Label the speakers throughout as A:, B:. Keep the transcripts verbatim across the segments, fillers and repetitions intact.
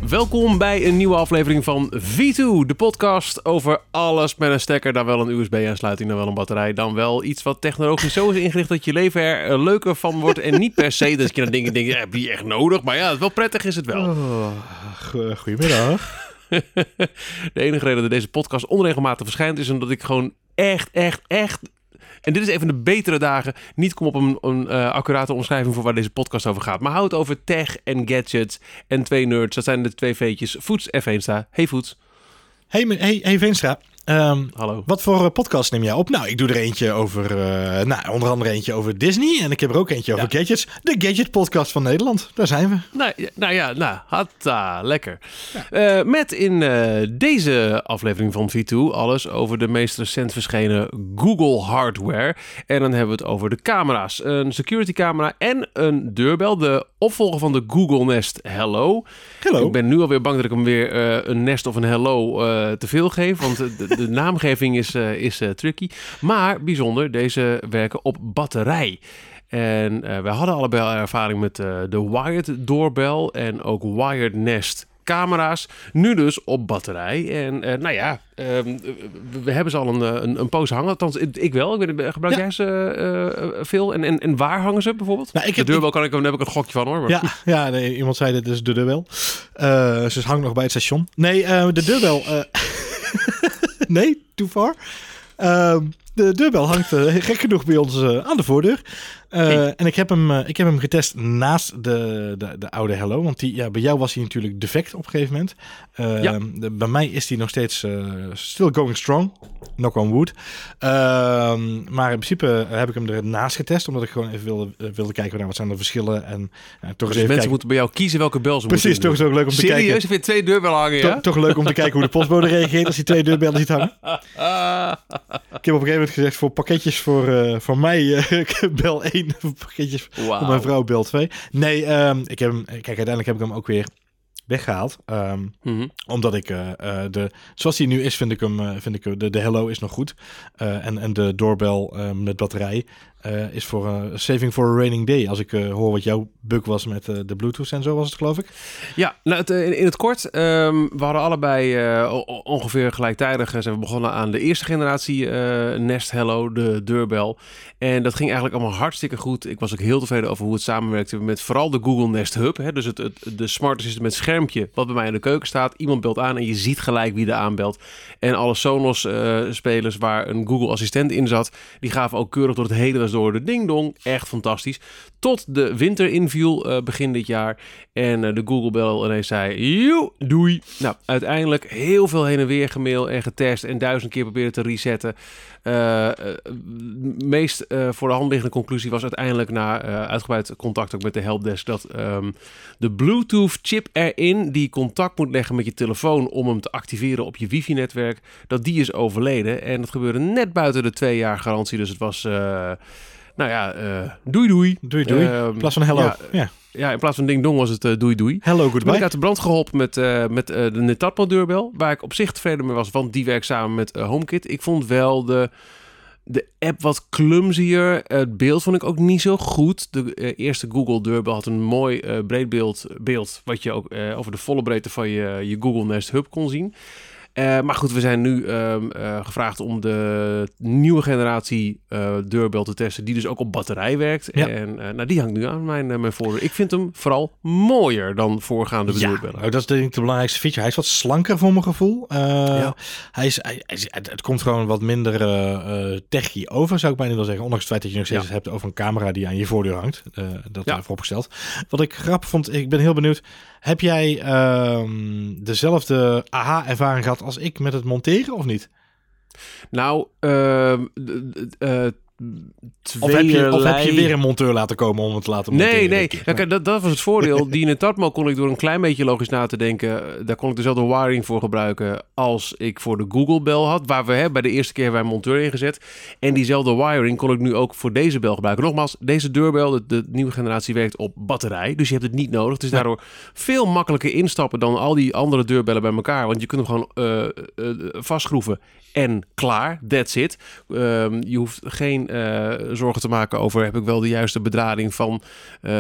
A: Welkom bij een nieuwe aflevering van V twee, de podcast over alles met een stekker, dan wel een U S B-aansluiting, dan wel een batterij, dan wel iets wat technologisch zo is ingericht dat je leven er uh, leuker van wordt en niet per se dat je dan dingen denkt, ja, heb je echt nodig? Maar ja, wel prettig is het wel.
B: Oh, go- goedemiddag.
A: De enige reden dat deze podcast onregelmatig verschijnt is omdat ik gewoon echt, echt, echt... En dit is even de betere dagen. Niet kom op een, een uh, accurate omschrijving voor waar deze podcast over gaat. Maar hou het over tech en gadgets en twee nerds. Dat zijn de twee veetjes. Voets en Veenstra. Hey Voets.
B: Hey, hey, hey Veenstra. Um,
A: Hallo.
B: Wat voor uh, podcast neem jij op? Nou, ik doe er eentje over, uh, nou, onder andere eentje over Disney. En ik heb er ook eentje over ja. gadgets. De Gadget Podcast van Nederland. Daar zijn we.
A: Nou, nou ja, nou, hatta, lekker. Ja. Uh, met in uh, deze aflevering van V twee alles over de meest recent verschenen Google hardware. En dan hebben we het over de camera's. Een security camera en een deurbel. De opvolger van de Google Nest Hello.
B: Hello.
A: Ik ben nu alweer bang dat ik hem weer uh, een Nest of een Hello uh, te veel geef. Want de, de naamgeving is, uh, is uh, tricky. Maar bijzonder, deze werken op batterij. En uh, we hadden allebei ervaring met uh, de wired doorbel en ook wired Nest camera's. Nu dus op batterij. En uh, nou ja, uh, we hebben ze al een, een, een poos hangen. Althans, ik wel. Ik ben, gebruik ja. jij ze uh, veel? En, en, en waar hangen ze bijvoorbeeld? Nou, ik heb, de deurbel kan ik, daar heb ik een gokje van hoor. Maar...
B: Ja, ja nee, iemand zei dit is de deurbel. Uh, ze hangt nog bij het station. Nee, uh, de deurbel... Uh... nee, too far. Uh, de deurbel hangt uh, gek genoeg bij ons uh, aan de voordeur. Uh, hey. En ik heb, hem, uh, ik heb hem getest naast de, de, de oude Hello. Want die, ja, bij jou was hij natuurlijk defect op een gegeven moment. Uh, ja. de, bij mij is hij nog steeds uh, still going strong. Knock on wood. Uh, maar in principe heb ik hem ernaast getest. Omdat ik gewoon even wilde, uh, wilde kijken naar wat zijn de verschillen. En, uh, toch
A: dus
B: eens even
A: mensen
B: kijken.
A: moeten bij jou kiezen welke bel ze
B: Precies,
A: moeten
B: toch is het ook leuk om te
A: Serieus?
B: kijken.
A: Serieus? Heb je twee deurbellen hangen, ja?
B: To, toch leuk om te kijken hoe de postbode reageert als hij twee deurbellen ziet hangen. Ik heb op een gegeven moment gezegd voor pakketjes voor, uh, voor mij uh, bel één. Voor pakketjes wow. voor mijn vrouw bel twee. Nee, um, ik heb hem, kijk, uiteindelijk heb ik hem ook weer weggehaald. Um, mm-hmm. Omdat ik uh, uh, de... Zoals hij nu is, vind ik hem... Uh, vind ik, de, de Hello is nog goed. Uh, en, en de doorbel uh, met batterij uh, is voor uh, saving for a raining day. Als ik uh, hoor wat jouw bug was met uh, de Bluetooth en zo was het, geloof ik.
A: Ja, nou, het, in, in het kort. Um, we hadden allebei uh, ongeveer gelijktijdig uh, zijn we begonnen aan de eerste generatie uh, Nest Hello, de deurbel. En dat ging eigenlijk allemaal hartstikke goed. Ik was ook heel tevreden over hoe het samenwerkte met vooral de Google Nest Hub. Hè? Dus het, het, de smart assistant met schermpje wat bij mij in de keuken staat. Iemand belt aan en je ziet gelijk wie er aanbelt. En alle Sonos-spelers uh, waar een Google Assistent in zat, die gaven ook keurig door het hele was door de ding-dong. Echt fantastisch. Tot de winter inviel uh, begin dit jaar. En uh, de Google bel ineens zei, joe, doei. Nou, uiteindelijk heel veel heen en weer gemail en getest en duizend keer proberen te resetten. Uh, uh, meest uh, voor de hand liggende conclusie was uiteindelijk na uh, uitgebreid contact ook met de helpdesk dat um, de Bluetooth chip erin die contact moet leggen met je telefoon om hem te activeren op je wifi-netwerk, dat die is overleden. En dat gebeurde net buiten de twee jaar garantie. Dus het was, uh, nou ja, uh, doei doei.
B: Doei doei. Uh, in plaats van hello. Ja. ja.
A: Ja, in plaats van ding dong was het uh, doei doei.
B: Hello, goodbye.
A: Toen ben ik uit de brand geholpen met, uh, met uh, de Netatmo deurbel, waar ik op zich tevreden mee was, want die werkt samen met uh, HomeKit. Ik vond wel de, de app wat clumsier. Het beeld vond ik ook niet zo goed. De uh, eerste Google deurbel had een mooi uh, breedbeeld beeld, wat je ook uh, over de volle breedte van je, je Google Nest Hub kon zien. Uh, maar goed, we zijn nu uh, uh, gevraagd om de nieuwe generatie uh, deurbel te testen, die dus ook op batterij werkt. Ja. En uh, nou, die hangt nu aan mijn, uh, mijn voordeur. Ik vind hem vooral mooier dan voorgaande
B: ja,
A: deurbellen.
B: Nou, dat is denk ik de belangrijkste feature. Hij is wat slanker voor mijn gevoel. Uh, ja. hij is, hij, hij, het komt gewoon wat minder uh, techy over, zou ik bijna willen zeggen. Ondanks het feit dat je nog steeds ja. hebt over een camera die aan je voordeur hangt. Uh, dat ja. vooropgesteld. Wat ik grappig vond, ik ben heel benieuwd. Heb jij uh, dezelfde aha-ervaring gehad als ik met het monteren of niet?
A: Nou, uh, uh,
B: Of heb, je, of heb je weer een monteur laten komen om het te laten monteren?
A: Nee, nee. Ja, kijk, dat, dat was het voordeel. Die Netatmo kon ik door een klein beetje logisch na te denken. Daar kon ik dezelfde wiring voor gebruiken als ik voor de Google bel had. Waar we hè, bij de eerste keer hebben wij een monteur ingezet. En diezelfde wiring kon ik nu ook voor deze bel gebruiken. Nogmaals, deze deurbel, de, de nieuwe generatie, werkt op batterij. Dus je hebt het niet nodig. Het is daardoor veel makkelijker instappen dan al die andere deurbellen bij elkaar. Want je kunt hem gewoon uh, uh, vastschroeven en klaar. That's it. Uh, je hoeft geen uh, zorgen te maken over... heb ik wel de juiste bedrading van uh,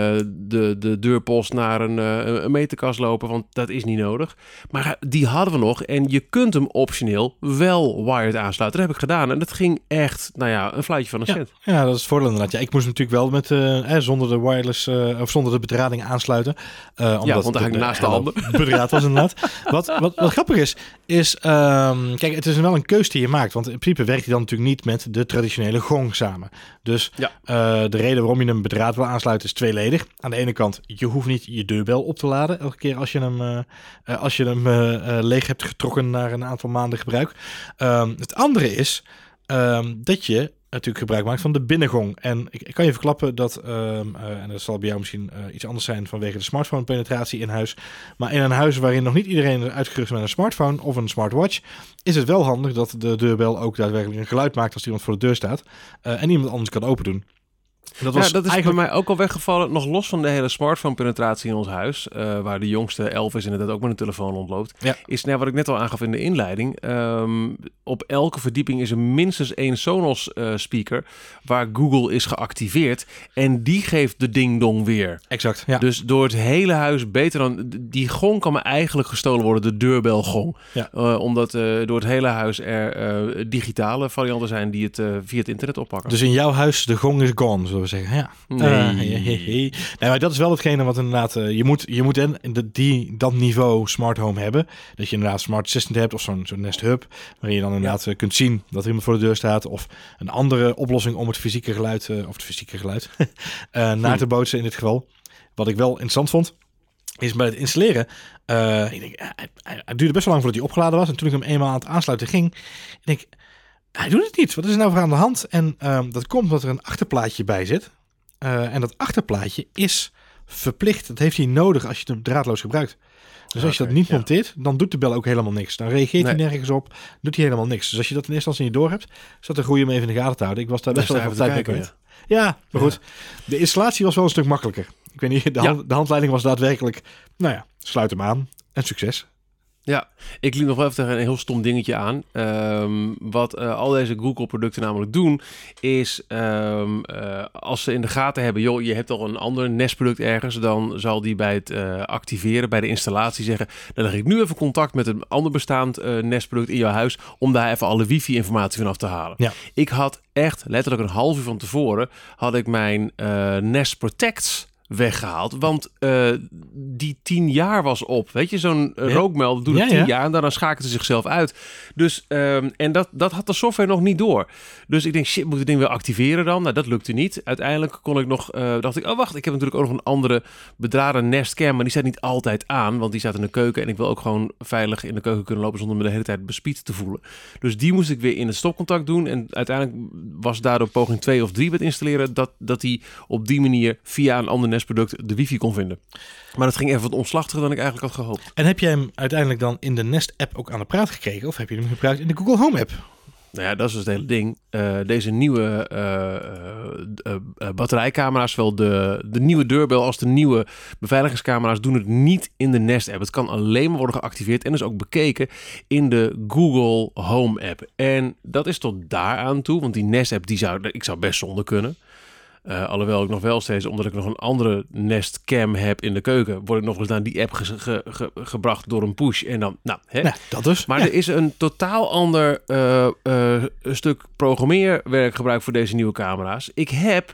A: de, de deurpost naar een, uh, een meterkast lopen. Want dat is niet nodig. Maar die hadden we nog. En je kunt hem optioneel wel wired aansluiten. Dat heb ik gedaan. En dat ging echt, nou ja, een fluitje van een
B: ja,
A: cent.
B: Ja, dat is het voordeel inderdaad. Ja, ik moest natuurlijk wel met, uh, eh, zonder de wireless... Uh, of zonder de bedrading aansluiten. Uh, omdat
A: ja, want eigenlijk naast de handen.
B: Bedraad was inderdaad. wat, wat, wat grappig is, is... Um, kijk, het is wel een keus die je maakt. Want in principe werkt hij dan natuurlijk niet met de traditionele gong samen. Dus ja. uh, de reden waarom je een bedraad wil aansluiten is tweeledig. Aan de ene kant, je hoeft niet je deurbel op te laden elke keer als je hem, uh, uh, als je hem uh, uh, leeg hebt getrokken naar een aantal maanden gebruik. Um, het andere is um, dat je natuurlijk gebruik maakt van de binnengong. En ik, ik kan je verklappen dat, um, uh, en dat zal bij jou misschien uh, iets anders zijn vanwege de smartphone penetratie in huis, maar in een huis waarin nog niet iedereen is uitgerust met een smartphone of een smartwatch, is het wel handig dat de deurbel ook daadwerkelijk een geluid maakt als iemand voor de deur staat uh, en iemand anders kan open doen.
A: Dat, was ja, dat is eigenlijk bij mij ook al weggevallen. Nog los van de hele smartphone-penetratie in ons huis, uh, waar de jongste Elvis inderdaad ook met een telefoon rondloopt, ja. is nou, wat ik net al aangaf in de inleiding. Um, op elke verdieping is er minstens één Sonos-speaker uh, waar Google is geactiveerd. En die geeft de ding-dong weer.
B: Exact, ja.
A: Dus door het hele huis beter dan... Die gong kan me eigenlijk gestolen worden, de deurbelgong. Ja. Uh, omdat uh, door het hele huis er uh, digitale varianten zijn die het uh, via het internet oppakken.
B: Dus in jouw huis, de gong is gone, zullen we zeggen. Ja.
A: Nee. Uh,
B: hey, hey, hey. Nee, maar dat is wel hetgene wat inderdaad... Uh, je moet, je moet en de, die, dat niveau smart home hebben. Dat je inderdaad smart assistant hebt of zo'n, zo'n Nest Hub. Waarin je dan inderdaad ja. kunt zien dat er iemand voor de deur staat. Of een andere oplossing om het fysieke geluid... Uh, of het fysieke geluid... uh, naar te bootsen in dit geval. Wat ik wel interessant vond... is bij het installeren... Uh, ik denk, het duurde best wel lang voordat hij opgeladen was. En toen ik hem eenmaal aan het aansluiten ging... Ik denk... Hij doet het niet. Wat is er nou voor aan de hand? En um, dat komt omdat er een achterplaatje bij zit. Uh, en dat achterplaatje is verplicht. Dat heeft hij nodig als je het draadloos gebruikt. Dus als okay, je dat niet ja. monteert, dan doet de bel ook helemaal niks. Dan reageert nee. hij nergens op, doet hij helemaal niks. Dus als je dat in eerste instantie niet door hebt, is dat een goede om even in de gaten te houden. Ik was daar best dus wel even tijd mee kwijt. Ja, maar goed. Ja. De installatie was wel een stuk makkelijker. Ik weet niet, de, hand, ja. de handleiding was daadwerkelijk, nou ja, sluit hem aan en succes.
A: Ja, ik liep nog wel even tegen een heel stom dingetje aan. Um, wat uh, al deze Google-producten namelijk doen, is um, uh, als ze in de gaten hebben, joh, je hebt al een ander Nest-product ergens, dan zal die bij het uh, activeren, bij de installatie zeggen, dan leg ik nu even contact met een ander bestaand uh, Nest-product in jouw huis, om daar even alle wifi-informatie vanaf te halen. Ja. Ik had echt, letterlijk een half uur van tevoren, had ik mijn uh, Nest Protects weggehaald, want uh, die tien jaar was op. Weet je, zo'n ja. rookmelder doet het ja, tien ja. jaar en daarna schakelt ze zichzelf uit. Dus, um, en dat, dat had de software nog niet door. Dus ik denk, shit, moet ik het ding weer activeren dan? Nou, dat lukte niet. Uiteindelijk kon ik nog, uh, dacht ik, oh wacht, ik heb natuurlijk ook nog een andere bedraden Nest Cam, maar die staat niet altijd aan, want die staat in de keuken en ik wil ook gewoon veilig in de keuken kunnen lopen zonder me de hele tijd bespied te voelen. Dus die moest ik weer in het stopcontact doen en uiteindelijk was daardoor poging twee of drie met installeren, dat, dat die op die manier via een ander Nest product de wifi kon vinden. Maar dat ging even wat omslachtiger dan ik eigenlijk had gehoopt.
B: En heb jij hem uiteindelijk dan in de Nest-app ook aan de praat gekregen? Of heb je hem gebruikt in de Google Home-app?
A: Nou ja, dat is dus het hele ding. Uh, deze nieuwe uh, uh, uh, batterijcamera's, zowel de, de nieuwe deurbel als de nieuwe beveiligingscamera's, doen het niet in de Nest-app. Het kan alleen maar worden geactiveerd en dus ook bekeken in de Google Home-app. En dat is tot daar aan toe, want die Nest-app, die zou, ik zou best zonder kunnen. Uh, alhoewel ik nog wel steeds, omdat ik nog een andere Nest Cam heb in de keuken, word ik nog eens naar die app ge- ge- ge- gebracht door een push. En dan, nou, hè.
B: Ja, dat dus.
A: Maar
B: ja.
A: er is een totaal ander uh, uh, stuk programmeerwerk gebruikt voor deze nieuwe camera's. Ik heb,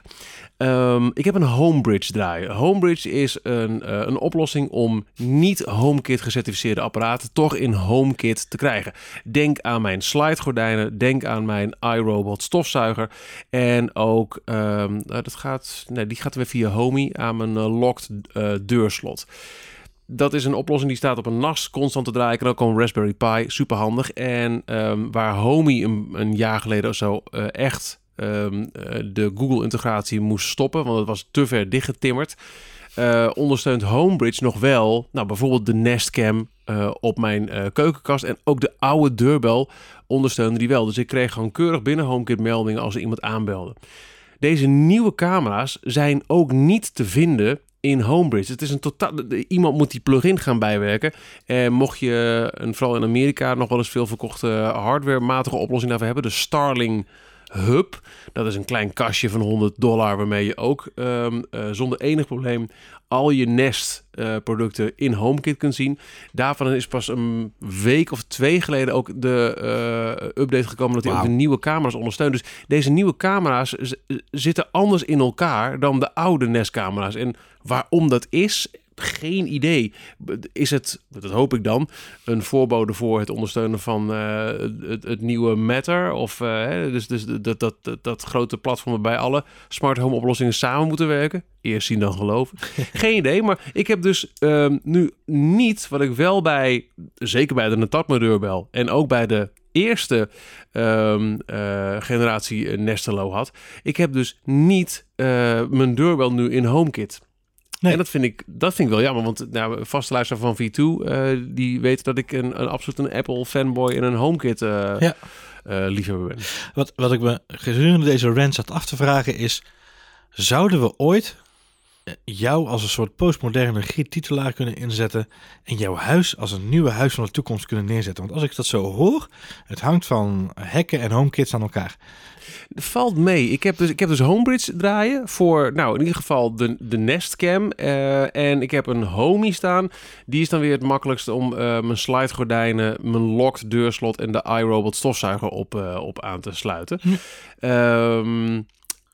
A: um, ik heb een Homebridge draaien. Homebridge is een, uh, een oplossing om niet HomeKit gecertificeerde apparaten toch in HomeKit te krijgen. Denk aan mijn slidegordijnen, denk aan mijn iRobot stofzuiger en ook um, dat gaat, nee, die gaat weer via Homey aan mijn uh, locked uh, deurslot. Dat is een oplossing die staat op een N A S constant te draaien. Kan ook op een Raspberry Pi, super handig. En um, waar Homey een, een jaar geleden of zo uh, echt um, uh, de Google-integratie moest stoppen, want het was te ver dichtgetimmerd, uh, ondersteunt Homebridge nog wel, nou bijvoorbeeld de Nest Cam uh, op mijn uh, keukenkast en ook de oude deurbel ondersteunde die wel. Dus ik kreeg gewoon keurig binnen HomeKit meldingen als er iemand aanbelde. Deze nieuwe camera's zijn ook niet te vinden in Homebridge. Het is een totaal. Iemand moet die plugin gaan bijwerken. En mocht je, en vooral in Amerika, nog wel eens veel verkochte hardwarematige oplossing daarvoor hebben, de Starling Hub. Dat is een klein kastje van honderd dollar waarmee je ook um, uh, zonder enig probleem al je Nest uh, producten in HomeKit kunt zien. Daarvan is pas een week of twee geleden ook de uh, update gekomen dat hij wow. ook de nieuwe camera's ondersteunt. Dus deze nieuwe camera's z- zitten anders in elkaar dan de oude Nest-camera's. En waarom dat is, geen idee. Is het, dat hoop ik dan, een voorbode voor het ondersteunen van uh, het, het nieuwe Matter? Of uh, dus, dus dat, dat, dat, dat grote platform waarbij alle smart home oplossingen samen moeten werken? Eerst zien dan geloven. Geen idee, maar ik heb dus um, nu niet, wat ik wel bij, zeker bij de Netatmo deurbel en ook bij de eerste um, uh, generatie Nest Hello had. Ik heb dus niet uh, mijn deurbel nu in HomeKit. Nee. En dat vind ik, dat vind ik wel jammer, want nou, vaste luisteraar van V twee, uh, die weet dat ik een, een absoluut een Apple fanboy en een HomeKit uh, ja. uh, liefhebber ben.
B: Wat, wat ik me gedurende deze rant zat af te vragen is, zouden we ooit jou als een soort postmoderne titulaar kunnen inzetten en jouw huis als een nieuwe huis van de toekomst kunnen neerzetten? Want als ik dat zo hoor, het hangt van hekken en HomeKits aan elkaar.
A: Valt mee. Ik heb dus, ik heb dus Homebridge draaien voor, nou in ieder geval de, de Nest Cam. Uh, en ik heb een Homey staan. Die is dan weer het makkelijkste om uh, mijn slidegordijnen, mijn locked deurslot en de iRobot stofzuiger op, uh, op aan te sluiten. Hm. Um,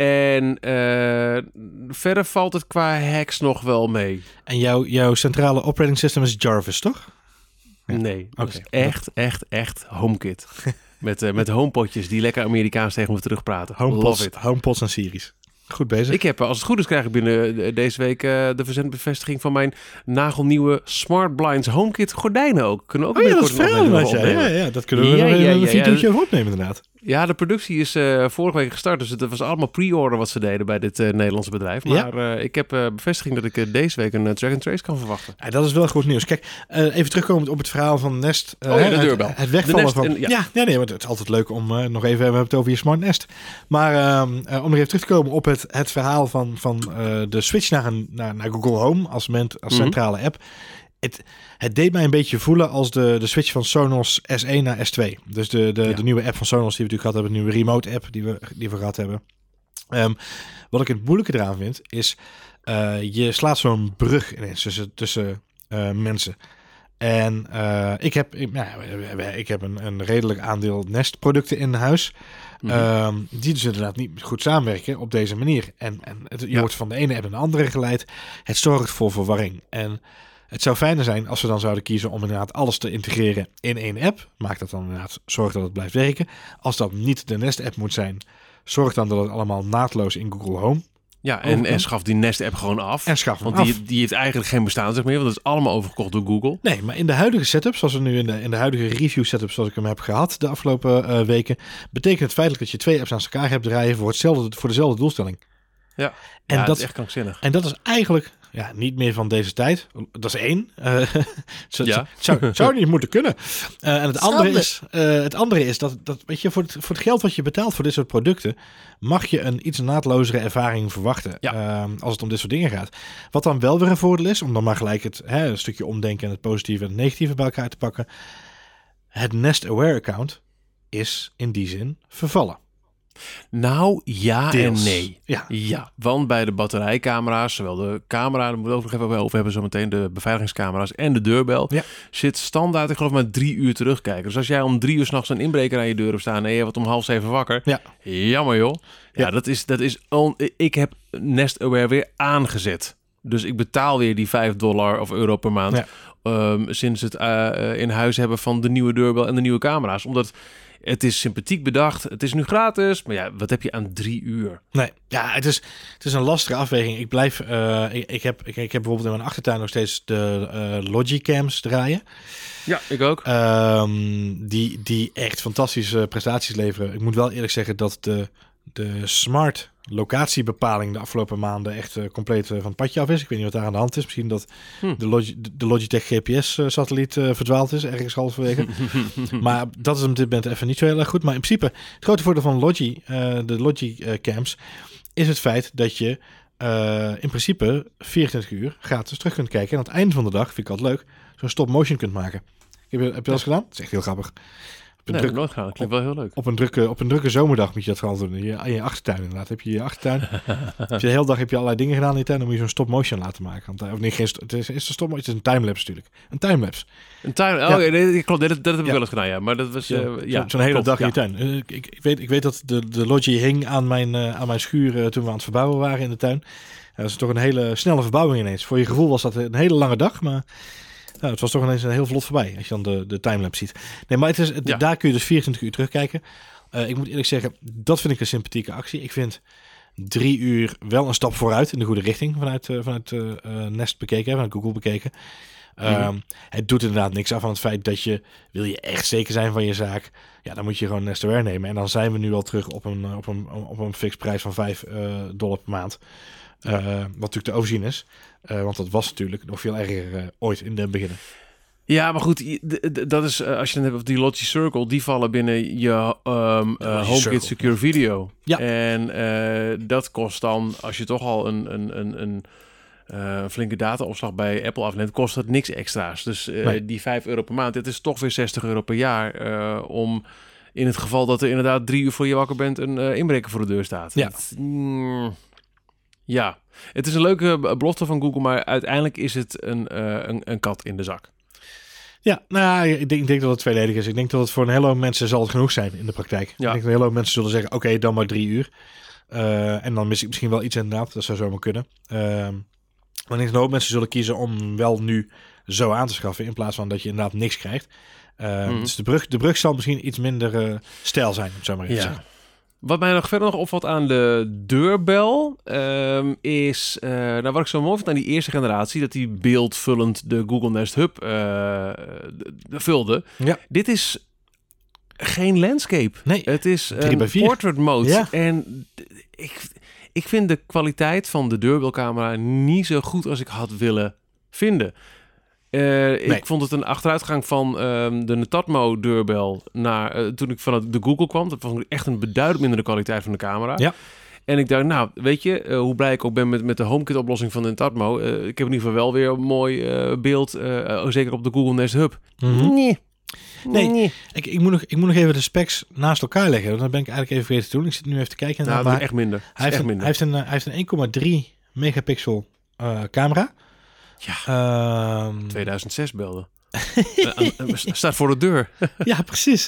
A: En uh, verder valt het qua hacks nog wel mee.
B: En jouw, jouw centrale operating system is Jarvis, toch?
A: Ja. Nee, okay. echt, echt, echt HomeKit. met, uh, met homepotjes die lekker Amerikaans tegen me terugpraten.
B: HomePods, HomePods en series. Goed bezig.
A: Ik heb, als het goed is, krijg ik binnen deze week uh, de verzendbevestiging van mijn nagelnieuwe Smart Blinds HomeKit gordijnen ook. Kunnen ook
B: oh ja, dat is veel. Ja, ja, dat kunnen we ja, nog ja, een ja, videootje ja, ja. opnemen inderdaad.
A: Ja, de productie is uh, vorige week gestart, dus het was allemaal pre-order wat ze deden bij dit uh, Nederlandse bedrijf. Maar ja. uh, ik heb uh, bevestiging dat ik uh, deze week een uh, track and trace kan verwachten.
B: Ja, dat is wel goed nieuws. Kijk, uh, even terugkomend op het verhaal van Nest. Uh,
A: oh ja, de deurbel.
B: Het, het wegvallen
A: Nest
B: van...
A: En, ja.
B: ja, ja, nee, maar het is altijd leuk om uh, nog even, we hebben het over je smart Nest. Maar uh, uh, om nog even terug te komen op het, het verhaal van, van uh, de switch naar, een, naar, naar Google Home als, ment, als mm-hmm. centrale app. Het, het deed mij een beetje voelen als de, de switch van Sonos S één naar S twee. Dus de, de, ja. de nieuwe app van Sonos die we natuurlijk gehad hebben. De nieuwe remote app die we, die we gehad hebben. Um, wat ik het moeilijke eraan vind is... Uh, je slaat zo'n brug ineens tussen, tussen uh, mensen. En uh, ik heb, ik, nou, ik heb een, een redelijk aandeel Nest producten in huis. Mm-hmm. Um, die dus inderdaad niet goed samenwerken op deze manier. En, en het, je ja. wordt van de ene app naar de andere geleid. Het zorgt voor verwarring. En... Het zou fijner zijn als we dan zouden kiezen om inderdaad alles te integreren in één app. Maak dat dan inderdaad, zorg dat het blijft werken. Als dat niet de Nest-app moet zijn, zorg dan dat het allemaal naadloos in Google Home.
A: Ja, en, en schaf die Nest-app gewoon af.
B: En schaf
A: Want
B: af.
A: Die, die heeft eigenlijk geen bestaansrecht meer, want dat is allemaal overgekocht door Google.
B: Nee, maar in de huidige setup, zoals we nu in de, in de huidige review setup, zoals ik hem heb gehad de afgelopen uh, weken, betekent het feitelijk dat je twee apps naast elkaar hebt draaien voor, hetzelfde, voor dezelfde doelstelling.
A: Ja,
B: en
A: ja,
B: dat
A: is echt krankzinnig.
B: En dat is eigenlijk ja, niet meer van deze tijd. Dat is één. Uh, het
A: ja.
B: zou, zou niet moeten kunnen. Uh, en het andere, is, uh, het andere is dat, dat weet je, voor, het, voor het geld wat je betaalt voor dit soort producten, mag je een iets naatlozere ervaring verwachten. Ja. Uh, als het om dit soort dingen gaat. Wat dan wel weer een voordeel is, om dan maar gelijk het hè, een stukje omdenken en het positieve en het negatieve bij elkaar te pakken. Het Nest Aware account is in die zin vervallen.
A: Nou, ja
B: Deels.
A: en nee.
B: Ja.
A: ja, want bij de batterijcamera's, zowel de camera, daar moeten we ook nog even over hebben, zo meteen de beveiligingscamera's en de deurbel, ja. zit standaard, ik geloof maar drie uur terugkijken. Dus als jij om drie uur 's nachts een inbreker aan je deur hebt staan en je wordt om half zeven wakker, ja. jammer joh. Ja, ja, dat is, dat is on, ik heb Nest Aware weer aangezet. Dus ik betaal weer die vijf dollar of euro per maand ja. um, sinds het uh, in huis hebben van de nieuwe deurbel en de nieuwe camera's. Omdat het is sympathiek bedacht. Het is nu gratis. Maar ja, wat heb je aan drie uur?
B: Nee, ja, het is, het is een lastige afweging. Ik blijf, uh, ik, ik, heb, ik, ik heb bijvoorbeeld in mijn achtertuin nog steeds de uh, Logicams draaien.
A: Ja, ik ook.
B: Um, die, die echt fantastische prestaties leveren. Ik moet wel eerlijk zeggen dat de, de smart locatiebepaling de afgelopen maanden echt uh, compleet uh, van het padje af is. Ik weet niet wat daar aan de hand is. Misschien dat hm. de, Logi- de Logitech G P S-satelliet uh, verdwaald is, ergens halverwege. Maar dat is op dit moment even niet zo heel erg goed. Maar in principe, het grote voordeel van Logi, uh, de Logi-cams, is het feit dat je uh, in principe vierentwintig uur gratis terug kunt kijken. En aan het einde van de dag, vind ik altijd leuk, zo'n stop-motion kunt maken. Heb je, heb je dat eens gedaan? Dat is echt heel grappig.
A: Nee, druk, nooit gedaan. Dat klinkt wel heel leuk.
B: Op een drukke, op een drukke zomerdag moet je dat gewoon doen. In je, in je achtertuin inderdaad. Heb je je achtertuin. Heb je de hele dag heb je allerlei dingen gedaan in je tuin. Dan moet je zo'n stop-motion laten maken. Want, of nee, geen, het is, is een stop-motion. Het is een timelapse natuurlijk. Een timelapse.
A: Een time, oh, ja. nee, klopt. Dat, dat heb ik ja. wel eens gedaan, ja. Maar dat was... Uh,
B: ja,
A: ja,
B: zo, zo'n hele
A: klopt,
B: dag
A: ja.
B: in je tuin. Uh, ik, ik, weet, ik weet dat de, de Logi hing aan mijn, uh, aan mijn schuur uh, toen we aan het verbouwen waren in de tuin. Uh, dat is toch een hele snelle verbouwing ineens. Voor je gevoel was dat een hele lange dag, maar... Nou, het was toch ineens een heel vlot voorbij als je dan de, de timelapse ziet. Nee, maar het is, het, ja. daar kun je dus vierentwintig uur terugkijken. Uh, ik moet eerlijk zeggen, dat vind ik een sympathieke actie. Ik vind drie uur wel een stap vooruit in de goede richting vanuit, uh, vanuit uh, Nest bekeken, vanuit Google bekeken. Mm-hmm. Um, het doet inderdaad niks af van het feit dat je, wil je echt zeker zijn van je zaak, ja, dan moet je gewoon Nest Aware nemen. En dan zijn we nu al terug op een, op een, op een fixed prijs van vijf dollar per maand. Uh, wat natuurlijk te overzien is. Uh, want dat was natuurlijk nog veel erger uh, ooit in de beginnen.
A: Ja, maar goed, d- d- dat is uh, als je het hebt over die Logi Circle, die vallen binnen je um, uh, HomeKit Secure Video.
B: Ja.
A: En uh, dat kost dan, als je toch al een, een, een, een uh, flinke dataopslag bij Apple afneemt, kost dat niks extra's. Dus uh, nee. die vijf euro per maand, dit is toch weer zestig euro per jaar uh, om... in het geval dat er inderdaad drie uur voor je wakker bent een uh, inbreker voor de deur staat.
B: Ja.
A: Het, mm, ja, het is een leuke belofte van Google, maar uiteindelijk is het een, uh, een, een kat in de zak.
B: Ja, nou, ik denk, ik denk dat het tweeledig is. Ik denk dat het voor een hele hoop mensen zal het genoeg zijn in de praktijk. Ja. Ik denk dat een hele hoop mensen zullen zeggen, oké, okay, dan maar drie uur. Uh, en dan mis ik misschien wel iets inderdaad. Dat zou zomaar kunnen. Uh, maar ik denk dat een hoop mensen zullen kiezen om wel nu zo aan te schaffen, in plaats van dat je inderdaad niks krijgt. Uh, mm. Dus de brug, de brug zal misschien iets minder uh, stijl zijn, om zo maar even te
A: ja.
B: zeggen.
A: Wat mij nog verder nog opvalt aan de deurbel um, is, uh, nou wat ik zo mooi vind aan die eerste generatie, dat die beeldvullend de Google Nest Hub uh, vulde.
B: Ja.
A: Dit is geen landscape.
B: Nee,
A: het is een portrait mode. Ja. En ik, ik vind de kwaliteit van de deurbelcamera niet zo goed als ik had willen vinden. Uh, nee. Ik vond het een achteruitgang van um, de Netatmo deurbel naar uh, toen ik vanuit de Google kwam. Dat vond ik echt een beduidend mindere kwaliteit van de camera.
B: Ja.
A: En ik dacht, nou, weet je, uh, hoe blij ik ook ben met, met de HomeKit-oplossing van de Netatmo. Uh, ik heb in ieder geval wel weer een mooi uh, beeld, uh, zeker op de Google Nest Hub.
B: Mm-hmm.
A: Nee.
B: Nee, nee. Ik, ik, moet nog, ik moet nog even de specs naast elkaar leggen. Want dat ben ik eigenlijk even vergeten te doen. Ik zit nu even te kijken.
A: Nou, dat is echt minder.
B: Hij heeft,
A: echt
B: een,
A: minder.
B: Hij heeft een, hij heeft een één komma drie megapixel uh, camera.
A: Ja, um, tweeduizend zes beelden. uh, staat voor de deur.
B: Ja, precies.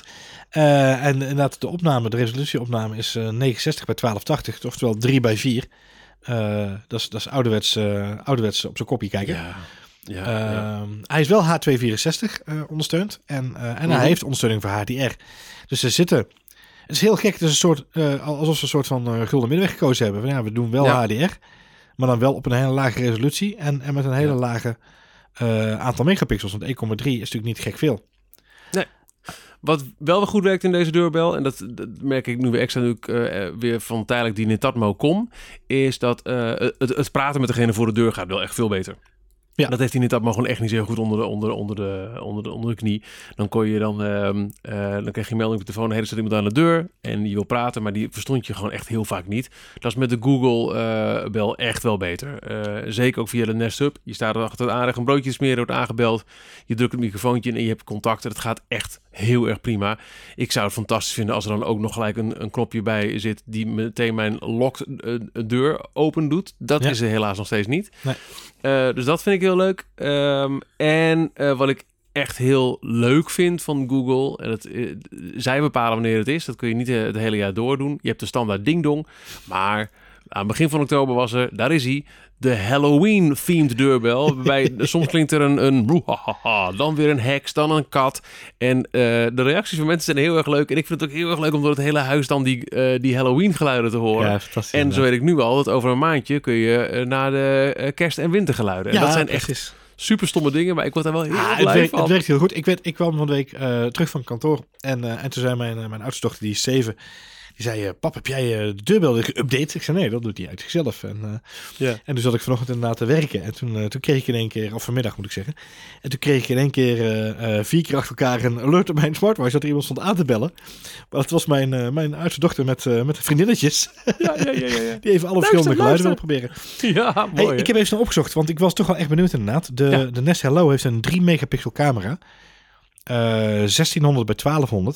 B: Uh, en inderdaad, de opname, de resolutieopname is uh, negenenzestig bij twaalf tachtig, oftewel drie bij vier. Uh, dat is, dat is ouderwets, uh, ouderwets op zijn kopje kijken.
A: Ja. Ja,
B: uh,
A: ja.
B: Hij is wel H tweehonderdvierenzestig uh, ondersteund en, uh, en mm-hmm. hij heeft ondersteuning voor H D R. Dus er zitten... Het is heel gek, het is een soort, uh, alsof ze een soort van uh, gulden middenweg gekozen hebben. Van, ja, we doen wel ja. H D R, maar dan wel op een hele lage resolutie en, en met een hele ja. lage uh, aantal megapixels. Want één komma drie is natuurlijk niet gek veel.
A: Nee. Wat wel goed werkt in deze deurbel, en dat, dat merk ik nu weer extra nu ik uh, weer van tijdelijk die Netatmo kom, is dat uh, het, het praten met degene voor de deur gaat wel echt veel beter. Ja. Dat heeft hij Netatmo gewoon echt niet zo goed onder de, onder, onder, de, onder, de, onder de knie. Dan kon je dan, uh, uh, dan kreeg je melding op de telefoon, hey, er staat iemand aan de deur en je wil praten, maar die verstond je gewoon echt heel vaak niet. Dat is met de Google uh, bel echt wel beter. Uh, zeker ook via de Nest Hub. Je staat er achter het aanrecht een broodje te smeren, wordt aangebeld, je drukt het microfoontje in en je hebt contacten. Dat gaat echt heel erg prima. Ik zou het fantastisch vinden als er dan ook nog gelijk een, een knopje bij zit die meteen mijn lock uh, deur open doet. Dat ja. is er helaas nog steeds niet.
B: Nee.
A: Uh, dus dat vind ik heel leuk. Um, en uh, wat ik echt heel leuk vind van Google, en het, uh, zij bepalen wanneer het is. Dat kun je niet uh, het hele jaar door doen. Je hebt de standaard ding-dong. Maar aan het begin van oktober was er, daar is hij, de Halloween-themed deurbel. Waarbij soms klinkt er een, een dan weer een heks, dan een kat. En uh, de reacties van mensen zijn heel erg leuk. En ik vind het ook heel erg leuk om door het hele huis dan die, uh, die Halloween-geluiden te horen.
B: Ja, fantastisch.
A: En zo weet ik nu al, dat over een maandje kun je uh, naar de uh, kerst- en wintergeluiden. En
B: ja,
A: dat zijn
B: precies.
A: echt super stomme dingen, maar ik word daar wel heel
B: ah,
A: blij
B: het werkt,
A: van.
B: Het werkt heel goed. Ik, weet, ik kwam van de week uh, terug van kantoor. En, uh, en toen zei mijn, uh, mijn oudste dochter, die is zeven... Die zei, uh, pap, heb jij uh, de deurbel geüpdate? Ik zei, nee, dat doet hij uit zichzelf. En, uh, yeah. en toen zat ik vanochtend inderdaad te werken. En toen, uh, toen kreeg ik in één keer, of vanmiddag moet ik zeggen. En toen kreeg ik in één keer uh, uh, vier keer achter elkaar een alert op mijn smartwatch dat er iemand stond aan te bellen. Maar het was mijn, uh, mijn oudste dochter met, uh, met vriendinnetjes.
A: Ja, ja, ja, ja.
B: Die even alle verschillende geluiden willen proberen.
A: Ja, mooi.
B: Hey, ik heb even snel opgezocht, want ik was toch wel echt benieuwd inderdaad. De, ja. de Nest Hello heeft een drie megapixel camera. Uh, zestienhonderd bij twaalfhonderd.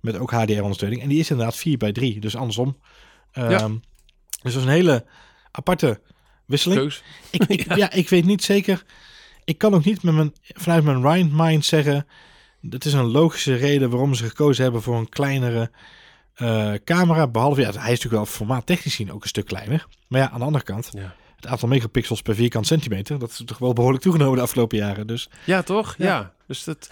B: Met ook H D R-ondersteuning. En die is inderdaad vier bij drie. Dus andersom. Um,
A: Ja.
B: Dus dat is een hele aparte wisseling.
A: Keus.
B: Ik, ik, ja.
A: Ja.
B: ik weet niet zeker. Ik kan ook niet met mijn, vanuit mijn Ryan mind zeggen. Dat is een logische reden waarom ze gekozen hebben voor een kleinere uh, camera. Behalve, ja, hij is natuurlijk wel formaattechnisch gezien ook een stuk kleiner. Maar ja, aan de andere kant,
A: Ja.
B: het aantal megapixels per vierkant centimeter, dat is toch wel behoorlijk toegenomen de afgelopen jaren. Dus
A: Ja, toch? Ja.
B: Ja.
A: Dus dat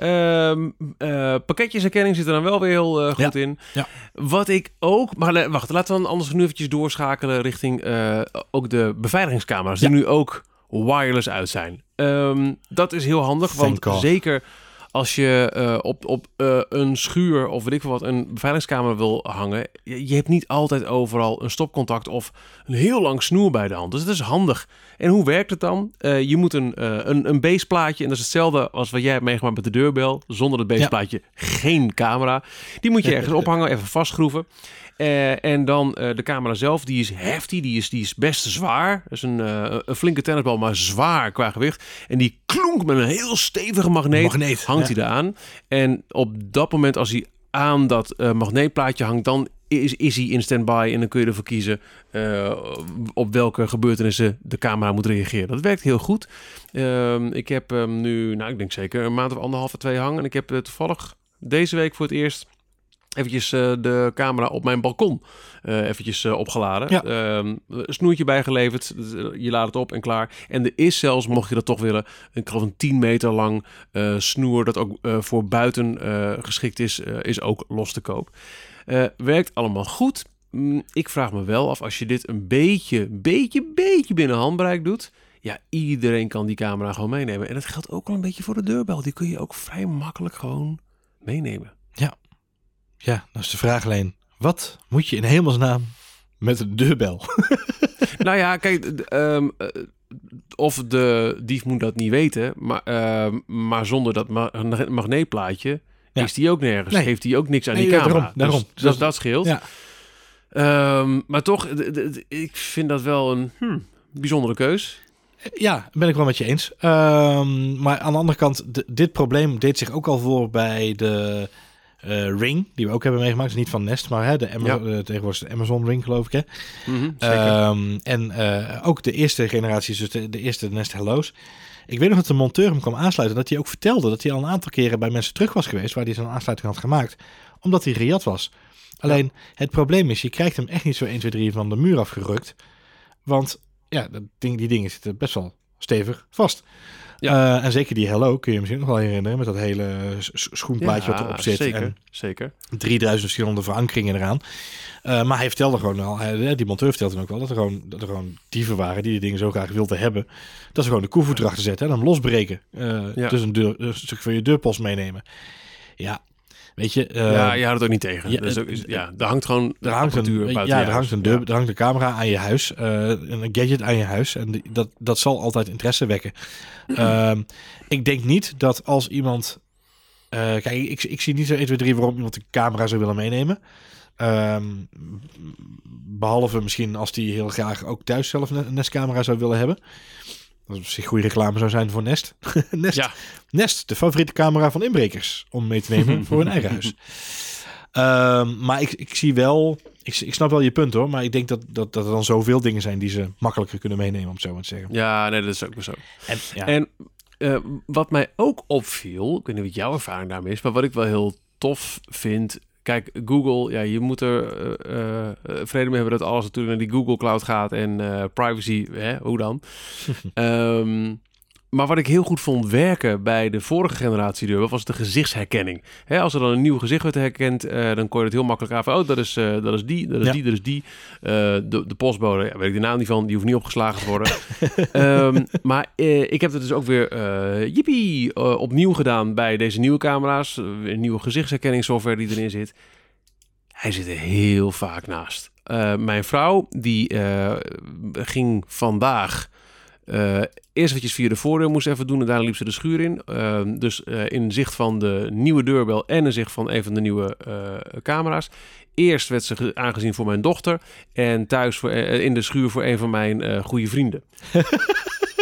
A: uh, uh, pakketjesherkenning zit er dan wel weer heel uh, goed
B: Ja.
A: in.
B: Ja.
A: Wat ik ook... Maar le- wacht, laten we dan anders nu eventjes doorschakelen richting uh, ook de beveiligingscamera's. Die
B: Ja.
A: nu ook wireless uit zijn. Um, dat is heel handig,
B: Thank
A: want
B: God.
A: zeker als je uh, op, op uh, een schuur of weet ik veel wat een beveiligingscamera wil hangen, je, je hebt niet altijd overal een stopcontact of een heel lang snoer bij de hand. Dus het is handig. En hoe werkt het dan? Uh, je moet een, uh, een, een baseplaatje, en dat is hetzelfde als wat jij hebt meegemaakt met de deurbel. Zonder het baseplaatje ja. geen camera. Die moet je ergens ophangen, even vastschroeven. Uh, en dan uh, de camera zelf, die is hefty, die is, die is best zwaar. Dat is een, uh, een flinke tennisbal, maar zwaar qua gewicht. En die klonk met een heel stevige magneet,
B: Magneet,
A: hangt
B: ja.
A: hij eraan. En op dat moment, als hij aan dat uh, magneetplaatje hangt, dan is, is hij in standby en dan kun je ervoor kiezen uh, op welke gebeurtenissen de camera moet reageren. Dat werkt heel goed. Uh, ik heb um, nu, nou ik denk zeker een maand of anderhalve, twee hangen. En ik heb uh, toevallig deze week voor het eerst eventjes uh, de camera op mijn balkon uh, eventjes uh, opgeladen.
B: Ja.
A: Uh, een snoertje bijgeleverd. Je laat het op en klaar. En er is zelfs, mocht je dat toch willen, ik geloof een tien meter lang uh, snoer dat ook uh, voor buiten uh, geschikt is, uh, is ook los te koop. Uh, werkt allemaal goed. Mm, ik vraag me wel af, als je dit een beetje, beetje, beetje binnen handbereik doet, ja, iedereen kan die camera gewoon meenemen. En dat geldt ook al een beetje voor de deurbel. Die kun je ook vrij makkelijk gewoon meenemen.
B: Ja, ja, dat is de vraag alleen. Wat moet je in hemelsnaam met een deurbel?
A: Nou ja, kijk, um, uh, of de dief moet dat niet weten, maar, uh, maar zonder dat ma- magneetplaatje ja. is die ook nergens. Nee. Heeft hij ook niks aan nee, die camera.
B: Daarom, daarom.
A: Dus, dus dat, dat scheelt. Ja. Um, maar toch, d- d- d- ik vind dat wel een hmm, bijzondere keus.
B: Ja, ben ik wel met je eens. Um, maar aan de andere kant, d- dit probleem deed zich ook al voor bij de uh, Ring, die we ook hebben meegemaakt. Dus niet van Nest, maar hè, de Amazon, ja. uh, tegenwoordig de Amazon Ring, geloof ik. Hè?
A: Mm-hmm,
B: um, en uh, ook de eerste generatie, dus de, de eerste Nest Hello's. Ik weet nog dat de monteur hem kwam aansluiten, dat hij ook vertelde dat hij al een aantal keren bij mensen terug was geweest, waar hij zo'n aansluiting had gemaakt, omdat hij gejat was. Alleen, ja. het probleem is, je krijgt hem echt niet zo één, twee, drie van de muur afgerukt. Want ja, dat ding, die dingen zitten best wel stevig vast. Ja. Uh, en zeker die Hello kun je misschien nog wel herinneren, met dat hele schoenplaatje ja, wat erop zit.
A: Zeker,
B: en
A: zeker.
B: drieduizend verschillende verankeringen eraan. Uh, maar hij vertelde gewoon al, hij, die monteur vertelde ook wel, dat er, gewoon, dat er gewoon dieven waren die die dingen zo graag wilden hebben, dat ze gewoon de koevoet erachter zetten en hem losbreken. Uh, ja. Dus een, deur, een stuk van je deurpost meenemen. Ja. Weet je, uh,
A: ja, je houdt het ook niet tegen.
B: Ja,
A: dus ook, ja, er hangt gewoon de
B: er hangt een, ja, er hangt, een deur,
A: ja.
B: er hangt een camera aan je huis, uh, een gadget aan je huis. En die, dat, dat zal altijd interesse wekken. Uh, ik denk niet dat als iemand... Uh, kijk, ik, ik zie niet zo één, twee, drie waarom iemand de camera zou willen meenemen. Uh, behalve misschien als die heel graag ook thuis zelf een Nest-camera zou willen hebben. Dat op zich goede reclame zou zijn voor Nest. Nest, ja. Nest, de favoriete camera van inbrekers. Om mee te nemen voor hun eigen huis. Um, maar ik, ik zie wel... Ik, ik snap wel je punt hoor. Maar ik denk dat, dat, dat er dan zoveel dingen zijn die ze makkelijker kunnen meenemen. Om het zo maar te zeggen.
A: Ja, nee, dat is ook wel zo. En,
B: ja.
A: en uh, wat mij ook opviel... Ik weet niet wat jouw ervaring daarmee is. Maar wat ik wel heel tof vind... Kijk, Google, ja, je moet er uh, uh, vrede mee hebben dat alles natuurlijk naar die Google Cloud gaat en uh, privacy, hè, hoe dan? um, maar wat ik heel goed vond werken bij de vorige generatie deurbel was de gezichtsherkenning. Hè, als er dan een nieuw gezicht werd herkend, uh, dan kon je het heel makkelijk aan van, oh, dat is, uh, dat is die, dat is ja. die, dat is die. Uh, de, de postbode, ja, weet ik de naam niet van, die hoeft niet opgeslagen te worden. um, maar uh, ik heb het dus ook weer, uh, jippie, uh, opnieuw gedaan bij deze nieuwe camera's. Uh, een nieuwe gezichtsherkenningssoftware die erin zit. Hij zit er heel vaak naast. Uh, mijn vrouw, die uh, ging vandaag... Uh, eerst eventjes via de voordeur moest even doen en daarna liep ze de schuur in. Uh, dus uh, in zicht van de nieuwe deurbel en in zicht van een van de nieuwe uh, camera's. Eerst werd ze aangezien voor mijn dochter en thuis voor, uh, in de schuur voor een van mijn uh, goede vrienden.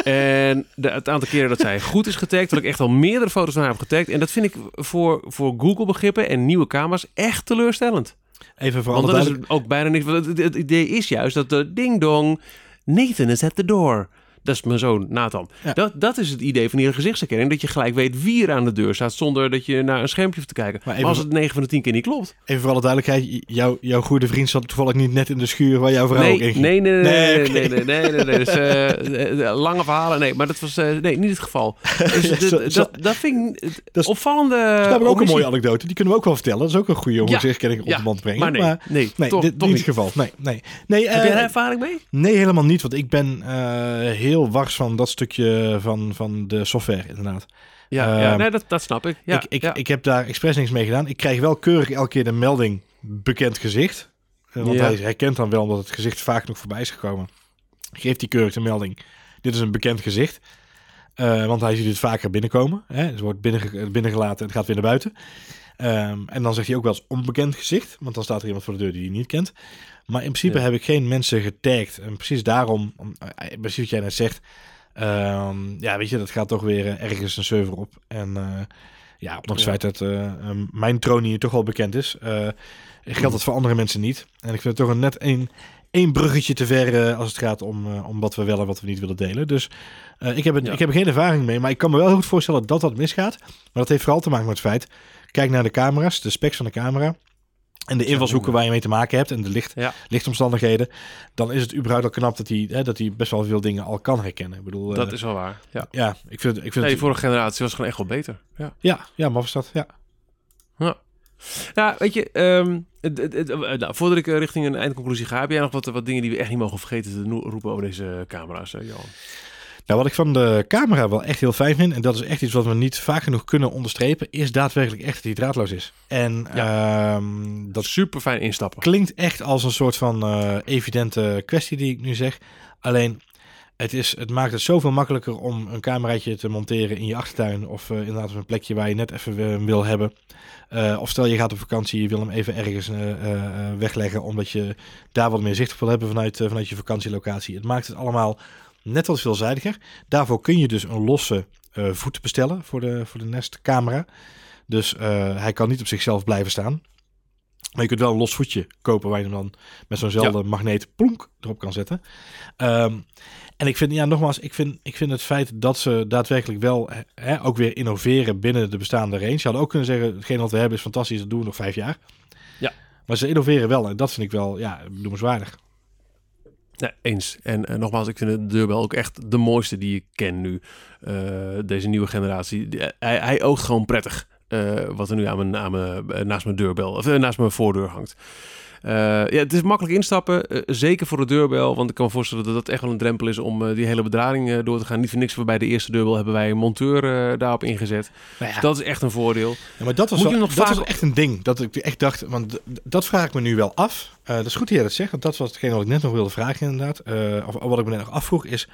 A: En de, het aantal keren dat zij goed is getagd, dat ik echt al meerdere foto's van haar heb getagd. En dat vind ik voor, voor Google begrippen en nieuwe camera's echt teleurstellend.
B: Even voor
A: Want
B: alle
A: dat
B: duidelijk...
A: is ook bijna niks. Het, het, het idee is juist dat de ding dong, Nathan is at the door. Dat is mijn zoon Nathan.
B: Ja.
A: Dat, dat is het idee van die gezichtsherkenning. Dat je gelijk weet wie er aan de deur staat zonder dat je naar een schermpje hoeft te kijken. Maar,
B: Maar
A: maar als het negen van de tien keer niet klopt.
B: Even voor alle duidelijkheid, jou, jouw goede vriend zat toevallig niet net in de schuur waar jouw vrouw
A: Nee,
B: ook in ging.
A: nee, nee, nee,
B: Nee,
A: nee,
B: oké.
A: nee, nee, nee, nee, nee. Dus, uh, lange verhalen, nee, maar dat was uh, nee, niet het geval. Dus,
B: Ja,
A: d-
B: zo-
A: d-
B: zo-
A: dat, dat vind ik
B: Dat is-
A: opvallende.
B: Dat is namelijk ook een
A: omissie.
B: mooie anekdote. Die kunnen we ook wel vertellen. Dat is ook een goede om
A: Ja,
B: gezichtsherkenning op
A: ja,
B: de band te brengen.
A: Maar nee, nee,
B: nee,
A: toch,
B: dit
A: toch
B: niet
A: niet.
B: het geval. Nee, nee. nee
A: Heb
B: eh,
A: jij er ervaring mee?
B: Nee, helemaal niet. Want ik ben uh, heel wars van dat stukje van, van de software, inderdaad.
A: Ja,
B: Uh,
A: ja nee, dat, dat snap ik. Ja,
B: ik, ik,
A: ja.
B: ik heb daar expres niks mee gedaan. Ik krijg wel keurig elke keer de melding bekend gezicht. Uh, want
A: Ja.
B: hij herkent dan wel, omdat het gezicht vaak genoeg voorbij is gekomen. Geeft hij keurig de melding. Dit is een bekend gezicht. Uh, want hij ziet het vaker binnenkomen. Hè? Het wordt binnenge- binnengelaten en het gaat weer naar buiten. Um, en dan zegt hij ook wel eens onbekend gezicht. Want dan staat er iemand voor de deur die hij niet kent. Maar in principe
A: Ja.
B: heb ik geen mensen getagd. En precies daarom, om, uh, precies wat jij net zegt. Um, ja, weet je, dat gaat toch weer uh, ergens een server op. En uh, ja, ondanks het
A: Ja.
B: feit dat uh, um, mijn troon hier toch wel bekend is, uh, geldt dat voor andere mensen niet. En ik vind het toch een net een, één bruggetje te ver uh, als het gaat om, uh, om wat we wel en wat we niet willen delen. Dus uh, ik, heb het,
A: Ja.
B: ik heb er geen ervaring mee, maar ik kan me wel goed voorstellen dat dat misgaat. Maar dat heeft vooral te maken met het feit, kijk naar de camera's, de specs van de camera. En de invalshoeken waar je mee te maken hebt en de licht,
A: Ja.
B: lichtomstandigheden, dan is het überhaupt al knap dat hij, hè, dat hij best wel veel dingen al kan herkennen. Ik bedoel,
A: Dat
B: uh,
A: is wel waar. Ja.
B: ja, ik vind, ik vind
A: Nee,
B: het,
A: vorige generatie was gewoon echt wel beter. Ja.
B: ja, ja, maar was dat, ja.
A: Ja, weet je, um, het, het, het, uh, nou, voordat ik uh, richting een eindconclusie ga, heb jij nog wat, wat dingen die we echt niet mogen vergeten te no- roepen over deze camera's, uh, Johan?
B: Nou, wat ik van de camera wel echt heel fijn vind, en dat is echt iets wat we niet vaak genoeg kunnen onderstrepen, is daadwerkelijk echt dat die draadloos is. En
A: Ja.
B: um, dat
A: Super fijn instappen.
B: klinkt echt als een soort van uh, evidente kwestie die ik nu zeg. Alleen, het, is, het maakt het zoveel makkelijker om een cameraatje te monteren in je achtertuin. Of uh, inderdaad op een plekje waar je net even uh, wil hebben. Uh, of stel je gaat op vakantie, je wil hem even ergens uh, uh, wegleggen. Omdat je daar wat meer zicht op wil hebben vanuit, uh, vanuit je vakantielocatie. Het maakt het allemaal net wat veelzijdiger. Daarvoor kun je dus een losse uh, voet bestellen voor de, voor de Nest camera. Dus uh, hij kan niet op zichzelf blijven staan. Maar je kunt wel een los voetje kopen waar je hem dan met zo'nzelfde ja. magneet plonk erop kan zetten. Um, en ik vind, ja, nogmaals, ik vind, ik vind het feit dat ze daadwerkelijk wel hè, ook weer innoveren binnen de bestaande range. Ze hadden ook kunnen zeggen, hetgeen wat we hebben is fantastisch, dat doen we nog vijf jaar.
A: Ja.
B: Maar ze innoveren wel en dat vind ik wel, ja, noemenswaardig.
A: Ja, eens. En uh, nogmaals, ik vind de deurbel ook echt de mooiste die ik ken nu. Uh, deze nieuwe generatie. Die, hij, hij oogt gewoon prettig. Uh, wat er nu aan mijn, aan mijn, uh, naast mijn deurbel, of uh, naast mijn voordeur hangt. Uh, ja, het is makkelijk instappen, uh, zeker voor de deurbel, want ik kan me voorstellen dat dat echt wel een drempel is om uh, die hele bedrading uh, door te gaan. Niet voor niks, voor bij de eerste deurbel hebben wij een monteur uh, daarop ingezet. Nou ja. Dat is echt een voordeel.
B: Ja, maar dat was,
A: Moet
B: wel,
A: je nog
B: dat
A: vaak...
B: was echt een ding, dat ik echt dacht, want d- dat vraag ik me nu wel af. Uh, dat is goed dat jij dat zegt, want dat was hetgeen wat ik net nog wilde vragen inderdaad. Uh, of, of wat ik me net nog afvroeg is,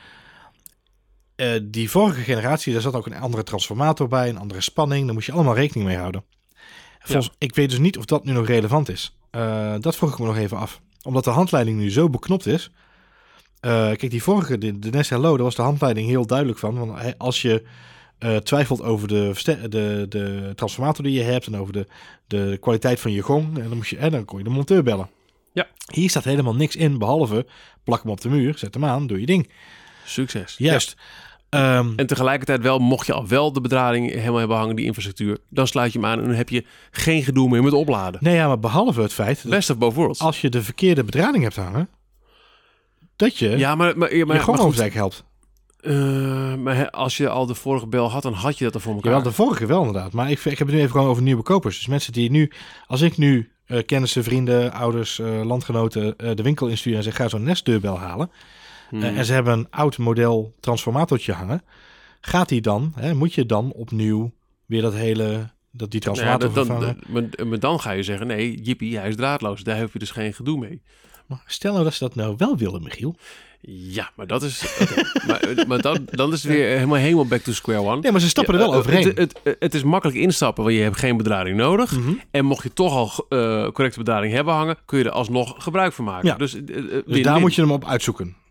B: uh, die vorige generatie, daar zat ook een andere transformator bij, een andere spanning, daar moest je allemaal rekening mee houden. Volgens, ja. Ik weet dus niet of dat nu nog relevant is. Uh, dat vroeg ik me nog even af. Omdat de handleiding nu zo beknopt is. Uh, kijk, die vorige, de, de Nest Hello, daar was de handleiding heel duidelijk van. Want he, als je uh, twijfelt over de, de, de transformator die je hebt en over de, de kwaliteit van je gong, en dan, moest je, hè, dan kon je de monteur bellen.
A: Ja.
B: Hier staat helemaal niks in, behalve plak hem op de muur, zet hem aan, doe je ding.
A: Succes.
B: Juist.
A: Ja.
B: Um,
A: en tegelijkertijd wel, mocht je al wel de bedrading helemaal hebben hangen, die infrastructuur, dan sluit je hem aan en dan heb je geen gedoe meer met opladen.
B: Nee, ja, maar behalve het feit dat
A: best of both worlds.
B: Als je de verkeerde bedrading hebt hangen, dat je
A: ja, maar, maar, ja, maar,
B: je gewoon overzijk helpt.
A: Uh, maar als je al de vorige bel had, dan had je dat er voor elkaar.
B: Ja, de vorige wel inderdaad. Maar ik, ik heb het nu even gewoon over nieuwe kopers. Dus mensen die nu, als ik nu uh, kennissen, vrienden, ouders, uh, landgenoten uh, de winkel insturen en zeg ga zo'n Nest deurbel halen. Hmm. Uh, en ze hebben een oud model transformatortje hangen. Gaat die dan, hè, moet je dan opnieuw weer dat hele, dat die transformator
A: nou ja, dan,
B: vervangen?
A: Dan, maar dan ga je zeggen, nee, jippie, hij is draadloos. Daar heb je dus geen gedoe mee.
B: Maar stel nou dat ze dat nou wel willen, Michiel.
A: Ja, maar dat is... Okay. maar maar dan, dan is het weer helemaal, helemaal back to square one.
B: Nee, maar ze stappen
A: ja,
B: er wel overheen.
A: Het, het, het, het is makkelijk instappen, want je hebt geen bedrading nodig. Mm-hmm. En mocht je toch al uh, correcte bedrading hebben hangen, kun je er alsnog gebruik van maken.
B: Ja.
A: Dus, uh,
B: dus daar moet je hem op uitzoeken.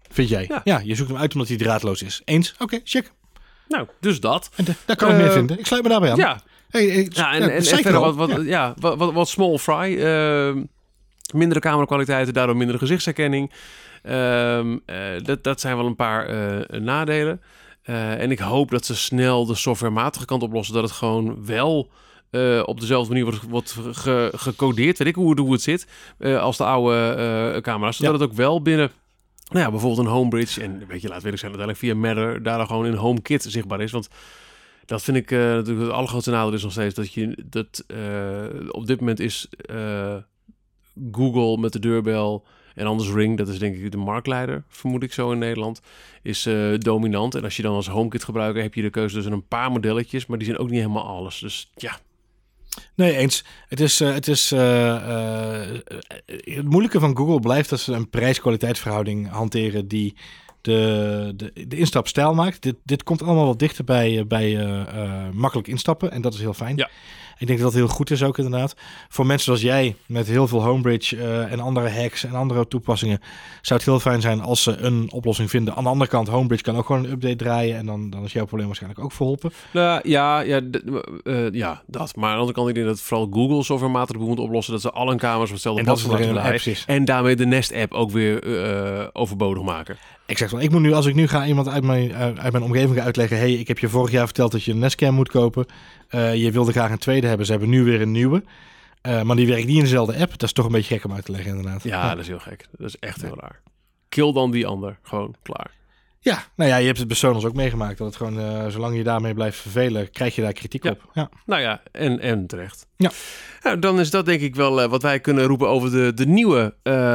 B: Vind jij?
A: Ja.
B: Ja, je zoekt hem uit omdat hij draadloos is. Eens? Oké, okay, check.
A: Nou, dus dat.
B: En de, daar kan ik
A: Uh,
B: meer vinden. Ik sluit me daarbij aan.
A: Ja.
B: Hey, hey,
A: Ja, en,
B: ja,
A: en, en
B: zeker
A: verder
B: wel.
A: wat, wat, ja. Ja, wat, wat, wat small fry. Uh, mindere camerakwaliteiten, daardoor mindere gezichtsherkenning. Uh, uh, dat, dat zijn wel een paar uh, nadelen. Uh, en ik hoop dat ze snel de softwarematige kant oplossen. Dat het gewoon wel uh, op dezelfde manier wordt, wordt ge, gecodeerd. Weet ik hoe, hoe het zit. Uh, als de oude uh, camera's. Zodat ja. het ook wel binnen... Nou ja, bijvoorbeeld een Homebridge. En weet je, laat weet ik zijn, uiteindelijk via Matter daar dan gewoon in HomeKit zichtbaar is. Want dat vind ik uh, natuurlijk het allergrootste nadeel is nog steeds. Dat je dat uh, op dit moment is uh, Google met de deurbel en anders Ring, dat is denk ik de marktleider, vermoed ik zo in Nederland, is uh, dominant. En als je dan als HomeKit gebruiker heb je de keuze tussen een paar modelletjes, maar die zijn ook niet helemaal alles. Dus ja.
B: Nee, eens. Het is, uh, het, is uh, uh, het moeilijke van Google blijft dat ze een prijs-kwaliteitsverhouding hanteren die de, de, de instap stijl maakt. Dit, dit komt allemaal wat dichter bij, bij uh, uh, makkelijk instappen en dat is heel fijn.
A: Ja.
B: Ik denk dat dat heel goed is ook inderdaad. Voor mensen zoals jij met heel veel Homebridge uh, en andere hacks en andere toepassingen zou het heel fijn zijn als ze een oplossing vinden. Aan de andere kant, Homebridge kan ook gewoon een update draaien en dan, dan is jouw probleem waarschijnlijk ook verholpen.
A: Nou, ja, ja, d- uh, ja, dat. Maar aan de andere kant, ik denk dat vooral Google softwarematig moet oplossen dat ze alle kamers op hetzelfde platform laten draaien. En daarmee de Nest-app ook weer uh, overbodig maken.
B: Ik zeg wel, ik moet nu, als ik nu ga iemand uit mijn, uit mijn omgeving uitleggen, hey, ik heb je vorig jaar verteld dat je een Nestcam moet kopen. Uh, je wilde graag een tweede hebben, ze hebben nu weer een nieuwe. Uh, maar die werkt niet in dezelfde app. Dat is toch een beetje gek om uit te leggen inderdaad.
A: Ja, ja. Dat is heel gek. Dat is echt heel ja. raar. Kill dan die ander. Gewoon, klaar.
B: Ja, nou ja, je hebt het bij Sonos ook meegemaakt. Dat het gewoon, uh, zolang je daarmee blijft vervelen, krijg je daar kritiek
A: ja.
B: op. Ja.
A: Nou ja, en, en terecht.
B: Ja.
A: Nou, dan is dat denk ik wel uh, wat wij kunnen roepen over de, de nieuwe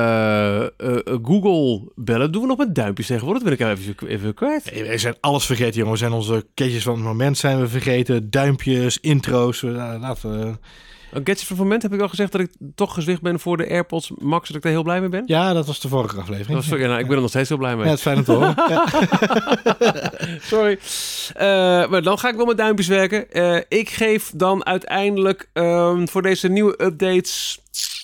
A: uh, uh, uh, Google bellen. Doen we nog met duimpjes tegenwoordig? Dat wil ik even, even kwijt.
B: Nee, we zijn alles vergeten, jongen. We zijn onze ketjes van het moment zijn we vergeten. Duimpjes, intro's. Uh, laten we...
A: Een gadget van het moment heb ik al gezegd dat ik toch gezwicht ben voor de AirPods Max, dat ik daar heel blij mee ben.
B: Ja, dat was de vorige aflevering.
A: Dat was, ja, nou, ik ben er nog steeds heel blij mee.
B: Ja, het is fijn om te horen. Ja.
A: Sorry. Uh, maar dan ga ik wel met duimpjes werken. Uh, ik geef dan uiteindelijk um, voor deze nieuwe updates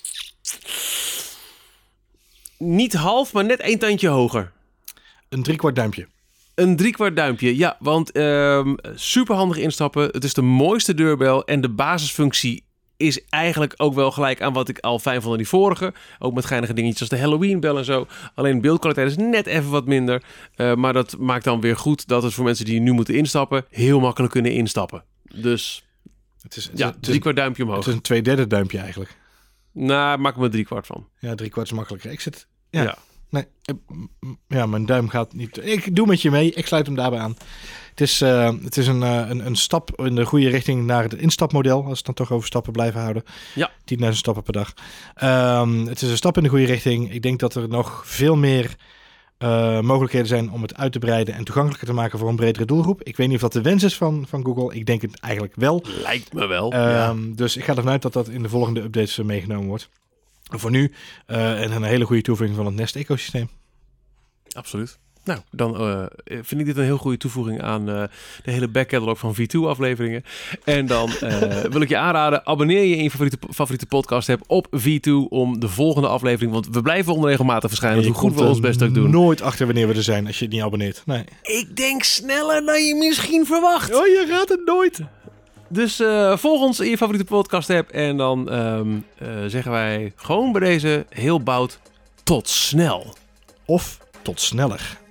A: niet half, maar net één tandje hoger.
B: Een driekwart duimpje.
A: Een driekwart duimpje, ja, want um, super handig instappen. Het is de mooiste deurbel en de basisfunctie is eigenlijk ook wel gelijk aan wat ik al fijn vond aan die vorige. Ook met geinige dingetjes als de Halloween-bel en zo. Alleen de beeldkwaliteit is net even wat minder. Uh, maar dat maakt dan weer goed dat het voor mensen die nu moeten instappen heel makkelijk kunnen instappen. Dus
B: het is, het
A: ja,
B: is, het
A: drie kwart duimpje omhoog.
B: Het is een twee derde duimpje eigenlijk.
A: Nou, maak er maar drie kwart van.
B: Ja, drie kwart is makkelijker. Ik zit... Ja.
A: ja.
B: Nee, ja, mijn duim gaat niet... Ik doe met je mee. Ik sluit hem daarbij aan. Het is, uh, het is een, uh, een, een stap in de goede richting naar het instapmodel. Als we het dan toch over stappen blijven houden.
A: Ja.
B: tienduizend stappen per dag. Um, het is een stap in de goede richting. Ik denk dat er nog veel meer uh, mogelijkheden zijn om het uit te breiden en toegankelijker te maken voor een bredere doelgroep. Ik weet niet of dat de wens is van, van Google. Ik denk het eigenlijk wel.
A: Lijkt me wel.
B: Um,
A: ja.
B: Dus ik ga ervan uit dat dat in de volgende updates meegenomen wordt. Voor nu uh, een hele goede toevoeging van het Nest-ecosysteem.
A: Absoluut. Nou, dan uh, vind ik dit een heel goede toevoeging aan uh, de hele backcatalog van V twee afleveringen. En dan uh, wil ik je aanraden, abonneer je in je favoriete, favoriete podcast app op V twee om de volgende aflevering, want we blijven onregelmatig verschijnen. Hoe goed we ons best ook doen.
B: Nooit achter wanneer we er zijn als je het niet abonneert. Nee.
A: Ik denk sneller dan je misschien verwacht.
B: Oh, je raadt het nooit.
A: Dus uh, volg ons in je favoriete podcast app en dan um, uh, zeggen wij gewoon bij deze heel bout tot snel.
B: Of tot sneller.